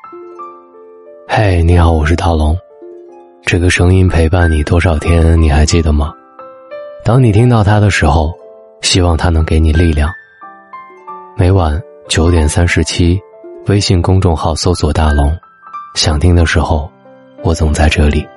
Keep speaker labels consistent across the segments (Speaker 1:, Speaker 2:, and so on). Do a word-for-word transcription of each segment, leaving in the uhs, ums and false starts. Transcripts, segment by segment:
Speaker 1: 嘿，你好，我是陶龙。这个声音陪伴你多少天，你还记得吗？当你听到它的时候，希望它能给你力量。每晚九点三十七，微信公众号搜索大龙，想听的时候，我总在这里。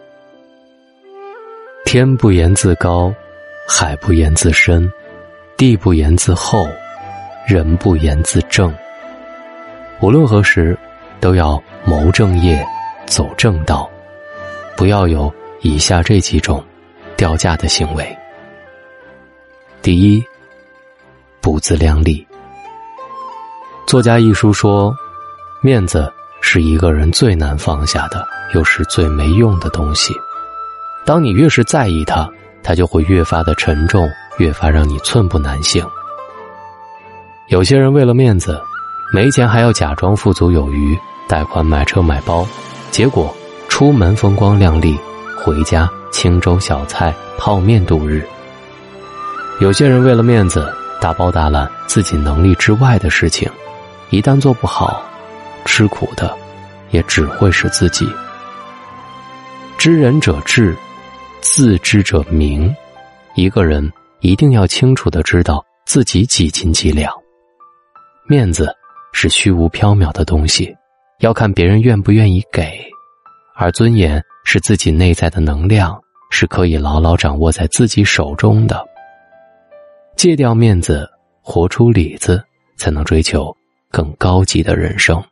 Speaker 1: 天不言自高，海不言自深，地不言自厚，人不言自正。无论何时，都要谋正业，走正道，不要有以下这几种掉价的行为。第一，不自量力。作家一书说，面子是一个人最难放下的，又是最没用的东西。当你越是在意它，它就会越发的沉重，越发让你寸步难行。有些人为了面子，没钱还要假装富足有余，贷款买车买包，结果出门风光亮丽，回家清粥小菜泡面度日。有些人为了面子大包大揽自己能力之外的事情，一旦做不好，吃苦的也只会是自己。知人者智，自知者明。一个人一定要清楚地知道自己几斤几两。面子是虚无缥缈的东西，要看别人愿不愿意给，而尊严是自己内在的能量，是可以牢牢掌握在自己手中的。戒掉面子，活出里子，才能追求更高级的人生。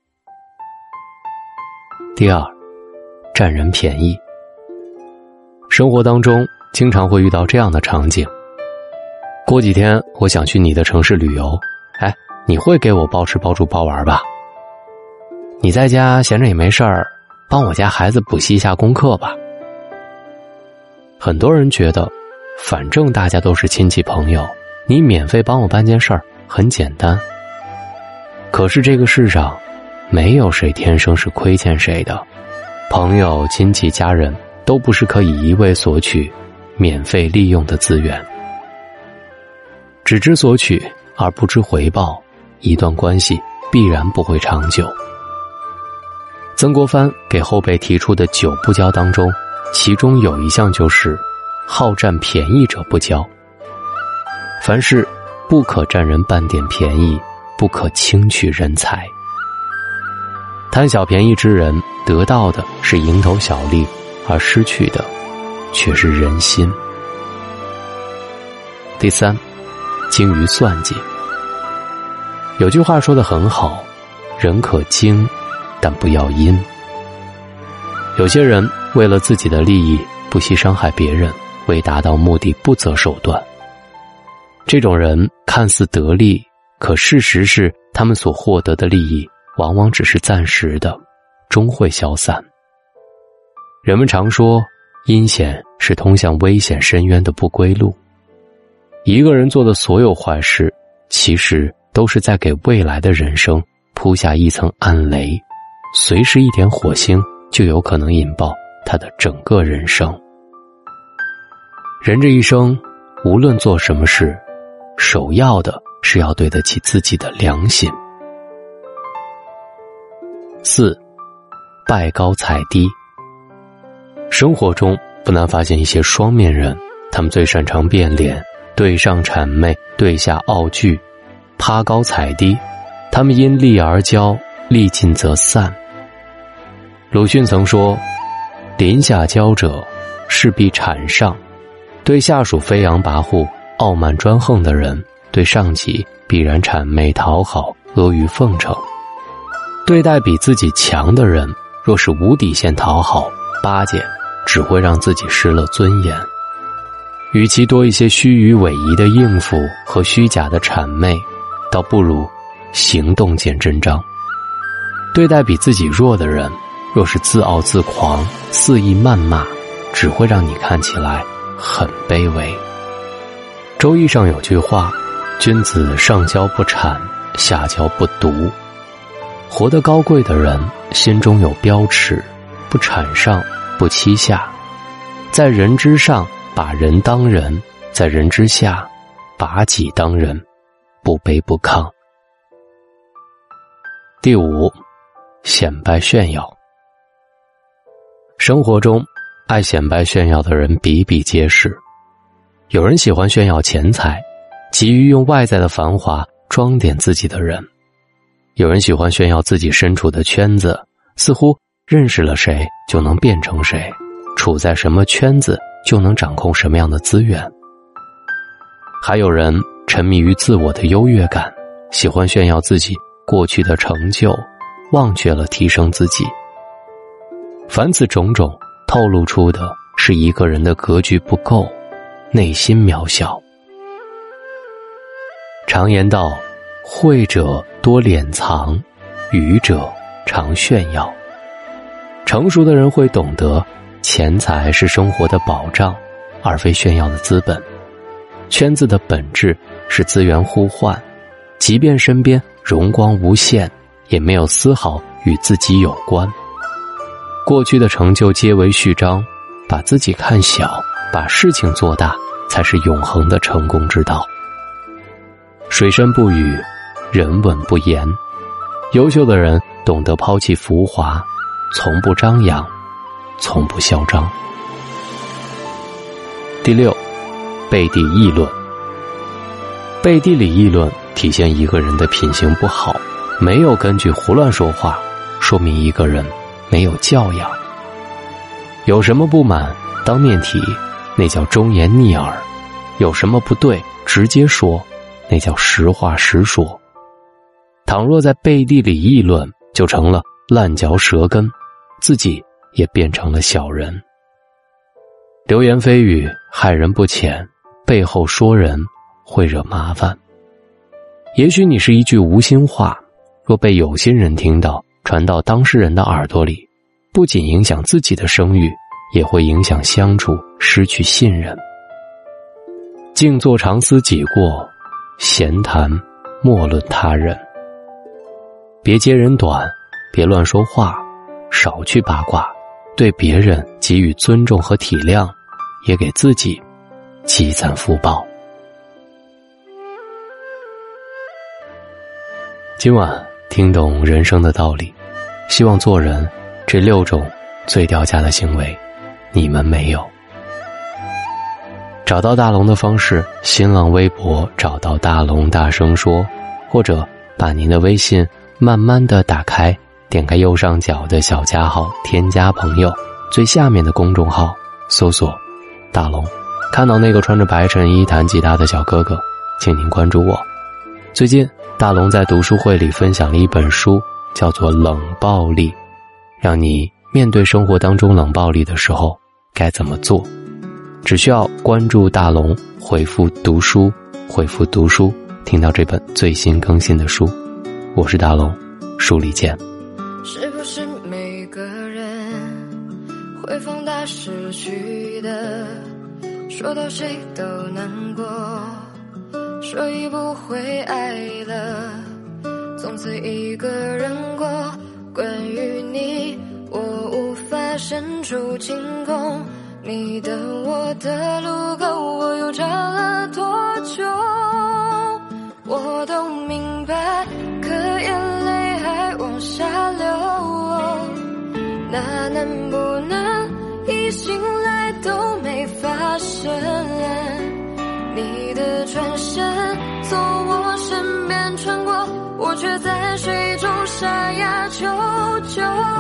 Speaker 1: 第二，占人便宜。生活当中经常会遇到这样的场景，过几天我想去你的城市旅游，哎，你会给我包吃包住包玩吧？你在家闲着也没事儿，帮我家孩子补习一下功课吧。很多人觉得反正大家都是亲戚朋友，你免费帮我办件事儿很简单。可是这个世上没有谁天生是亏欠谁的，朋友亲戚家人都不是可以一味索取免费利用的资源。只知索取而不知回报，一段关系必然不会长久。曾国藩给后辈提出的九不交当中，其中有一项就是好占便宜者不交。凡事不可占人半点便宜，不可轻取人才。贪小便宜之人得到的是蝇头小利，而失去的却是人心。第三，精于算计。有句话说得很好，人可精，但不要阴。有些人为了自己的利益不惜伤害别人，为达到目的不择手段。这种人看似得利，可事实是他们所获得的利益往往只是暂时的，终会消散。人们常说，阴险是通向危险深渊的不归路。一个人做的所有坏事，其实都是在给未来的人生铺下一层暗雷，随时一点火星就有可能引爆他的整个人生。人这一生，无论做什么事，首要的是要对得起自己的良心。四，拜高踩低。生活中不难发现一些双面人，他们最擅长变脸，对上谄媚，对下傲拒，趴高踩低。他们因利而交，利尽则散。鲁迅曾说，临下交者势必谄上。对下属飞扬跋扈、傲慢专横的人，对上级必然谄媚讨好、阿谀奉承。对待比自己强的人，若是无底线讨好巴结，只会让自己失了尊严。与其多一些虚与委蛇的应付和虚假的谄媚，倒不如行动见真章。对待比自己弱的人，若是自傲自狂、肆意谩骂，只会让你看起来很卑微。周易上有句话，君子上交不谄，下交不独。活得高贵的人，心中有标尺，不谄上，不欺下，在人之上把人当人，在人之下把己当人，不卑不亢。第五， 显摆炫耀。生活中爱显摆炫耀的人比比皆是，有人喜欢炫耀钱财，急于用外在的繁华装点自己的人；有人喜欢炫耀自己身处的圈子，似乎认识了谁就能变成谁，处在什么圈子就能掌控什么样的资源。还有人沉迷于自我的优越感，喜欢炫耀自己过去的成就，忘却了提升自己。凡此种种，透露出的是一个人的格局不够，内心渺小。常言道，慧者多敛藏，愚者常炫耀。成熟的人会懂得，钱财是生活的保障，而非炫耀的资本。圈子的本质是资源互换，即便身边荣光无限，也没有丝毫与自己有关。过去的成就皆为序章，把自己看小，把事情做大，才是永恒的成功之道。水深不语，人稳不言。优秀的人懂得抛弃浮华，从不张扬，从不嚣张。第六，背地议论。背地里议论体现一个人的品行不好，没有根据胡乱说话，说明一个人没有教养。有什么不满当面提，那叫忠言逆耳；有什么不对直接说，那叫实话实说。倘若在背地里议论，就成了烂嚼舌根，自己也变成了小人。流言蜚语害人不浅，背后说人会惹麻烦。也许你是一句无心话，若被有心人听到，传到当事人的耳朵里，不仅影响自己的声誉，也会影响相处，失去信任。静坐常思己过，闲谈莫论他人。别揭人短，别乱说话，少去八卦，对别人给予尊重和体谅，也给自己积攒福报。今晚听懂人生的道理，希望做人这六种最掉价的行为你们没有。找到大龙的方式，新浪微博找到大龙大声说，或者把您的微信慢慢的打开，点开右上角的小加号，添加朋友，最下面的公众号搜索大龙，看到那个穿着白衬衣弹吉他的小哥哥，请您关注我。最近大龙在读书会里分享了一本书，叫做《冷暴力》，让你面对生活当中冷暴力的时候该怎么做。只需要关注大龙，回复读书，回复读书，听到这本最新更新的书。我是大龙，书里见。
Speaker 2: 是不是每个人会放大失去的，说到谁都难过，说已不会爱了，从此一个人过。关于你，我无法伸出晴空，你的我的路口，我又找了多久？我都明白，可眼泪还往下流，那能不能一醒来都没发生？你的转身从我身边穿过，我却在水中沙哑求救。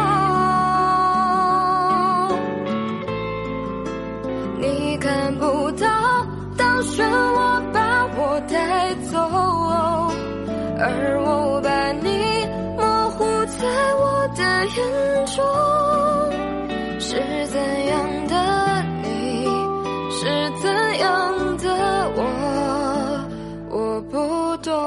Speaker 2: 你看不到，当漩涡把我带走，而我把你模糊在我的眼中。是怎样的你，是怎样的我，我不懂。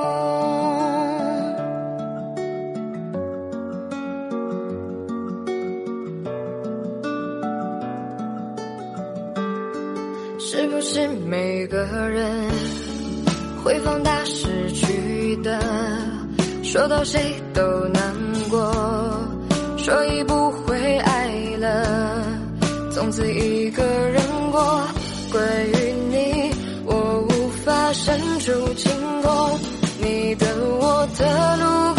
Speaker 2: 是不是每个人会放大失去的，说到谁都难过，说已不会爱了，从此一个人过。关于你，我无法伸出晴空，你的我的路